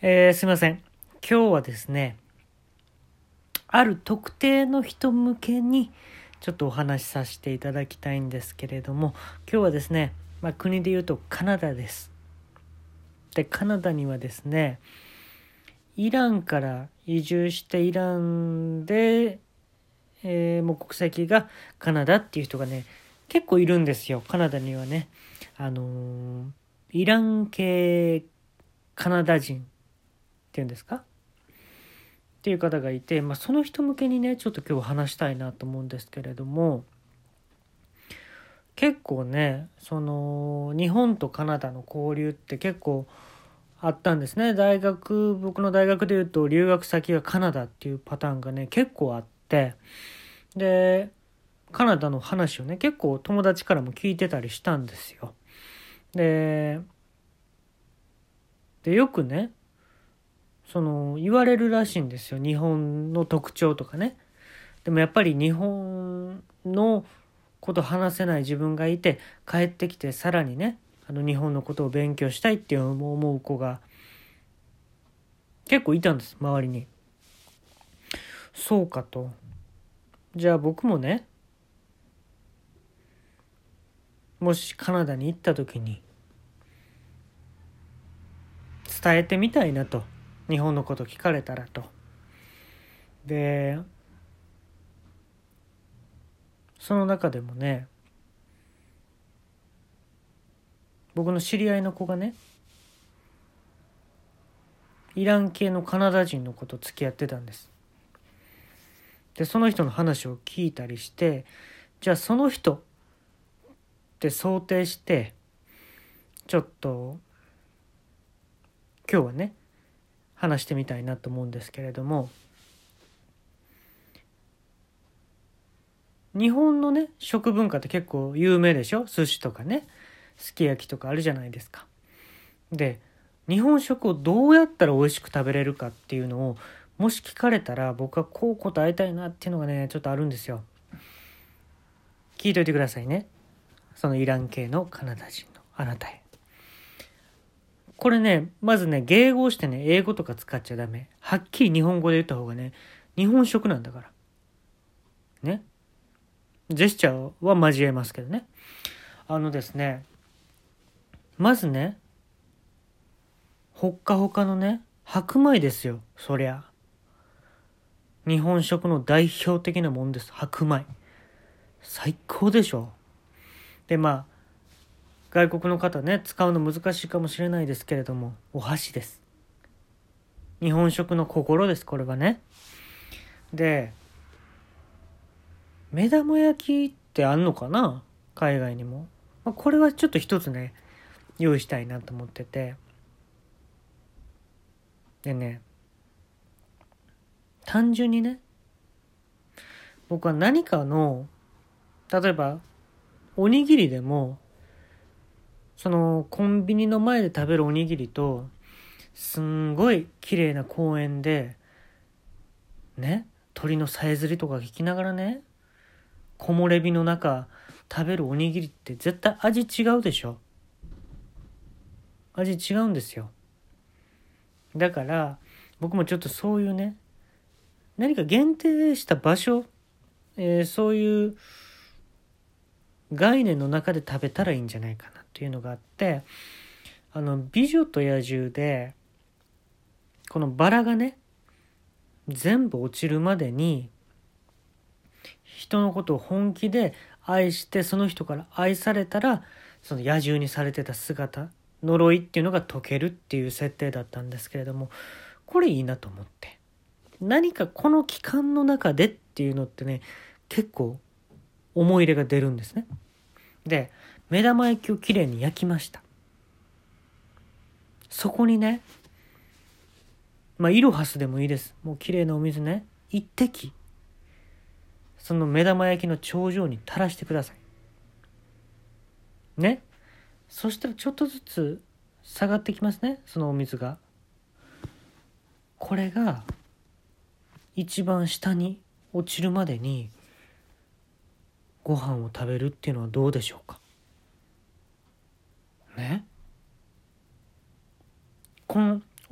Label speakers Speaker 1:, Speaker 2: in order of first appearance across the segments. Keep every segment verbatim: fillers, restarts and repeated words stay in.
Speaker 1: えー、すいません。今日はですね、ある特定の人向けにちょっとお話しさせていただきたいんですけれども、今日はですね、まあ、国で言うとカナダです。で、カナダにはですね、イランから移住してイランで、えーもう国籍がカナダっていう人がね、結構いるんですよ。カナダにはね。あのーイラン系カナダ人っていうんですかっていう方がいて、まあ、その人向けにねちょっと今日話したいなと思うんですけれども、結構ねその日本とカナダの交流って結構あったんですね。大学僕の大学でいうと留学先がカナダっていうパターンがね結構あって、でカナダの話をね結構友達からも聞いてたりしたんですよ。ででよくねその言われるらしいんですよ、日本の特徴とかね。でもやっぱり日本のこと話せない自分がいて、帰ってきてさらにねあの日本のことを勉強したいっていう思う子が結構いたんです、周りに。そうかと、じゃあ僕もねもしカナダに行った時に伝えてみたいなと、日本のこと聞かれたらと。でその中でもね僕の知り合いの子がねイラン系のカナダ人の子と付き合ってたんです。でその人の話を聞いたりして、じゃあその人って想定してちょっと今日はね話してみたいなと思うんですけれども、日本のね食文化って結構有名でしょ。寿司とかねすき焼きとかあるじゃないですか。で日本食をどうやったら美味しく食べれるかっていうのをもし聞かれたら、僕はこう答えたいなっていうのがねちょっとあるんですよ。聞いといてくださいね、そのイラン系のカナダ人のあなたへ。これねまずね迎合してね英語とか使っちゃダメ。はっきり日本語で言った方がね、日本食なんだからね。ジェスチャーは交えますけどね。あのですねまずねほっかほかのね白米ですよ。そりゃ日本食の代表的なもんです、白米。最高でしょ。でまあ外国の方ね使うの難しいかもしれないですけれども、お箸です。日本食の心です、これはね。で目玉焼きってあんのかな、海外にも。まあ、これはちょっと一つね用意したいなと思ってて。でね単純にね僕は何かの例えばおにぎりでも、そのコンビニの前で食べるおにぎりとすんごい綺麗な公園でね鳥のさえずりとか聞きながらね木漏れ日の中食べるおにぎりって絶対味違うでしょ。味違うんですよ。だから僕もちょっとそういうね何か限定した場所、えーそういう概念の中で食べたらいいんじゃないかなっていうのがあって、あの美女と野獣でこのバラがね全部落ちるまでに人のことを本気で愛して、その人から愛されたらその野獣にされてた姿、呪いっていうのが解けるっていう設定だったんですけれども、これいいなと思って、何かこの期間の中でっていうのってね結構思い入れが出るんですね。で目玉焼きをきれいに焼きました。そこにねまあイロハスでもいいです、もうきれいなお水ね一滴その目玉焼きの頂上に垂らしてくださいね。そしたらちょっとずつ下がってきますね、そのお水が。これが一番下に落ちるまでにご飯を食べるっていうのはどうでしょうかね。この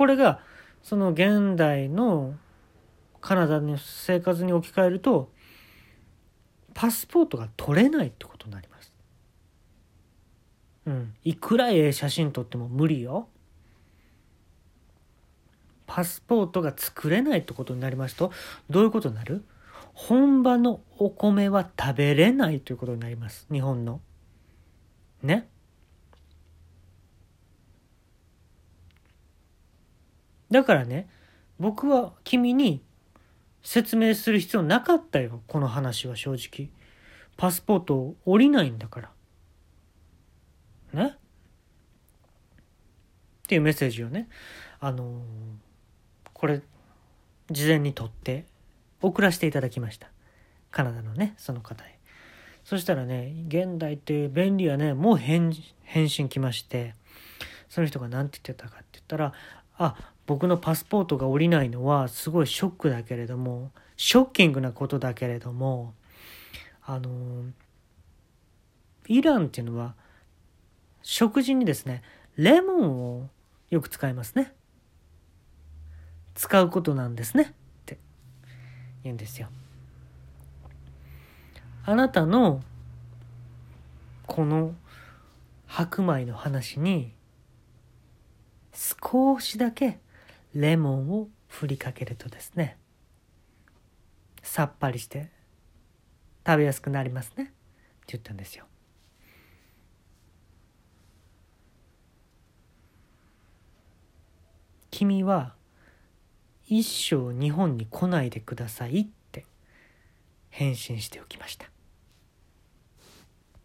Speaker 1: これがその現代のカナダの生活に置き換えると、パスポートが取れないってことになります。うん、いくらええ写真撮っても無理よ。パスポートが作れないってことになりますと、どういうことになる？本場のお米は食べれないということになります。日本の。ね。だからね、僕は君に説明する必要なかったよ、この話は正直。パスポート降りないんだから。ね。っていうメッセージをね、あのー、これ、事前に撮って送らせていただきました。カナダのね、その方へ。そしたらね、現代って便利やね、もう返返信来まして、その人が何て言ってたかって言ったら、あ、僕のパスポートが降りないのはすごいショックだけれども、ショッキングなことだけれども、あのイランっていうのは食事にですね、レモンをよく使いますね。使うことなんですねって言うんですよ。あなたのこの白米の話に少しだけレモンを振りかけるとですね、さっぱりして食べやすくなりますねって言ったんですよ。君は一生日本に来ないでくださいって返信しておきました。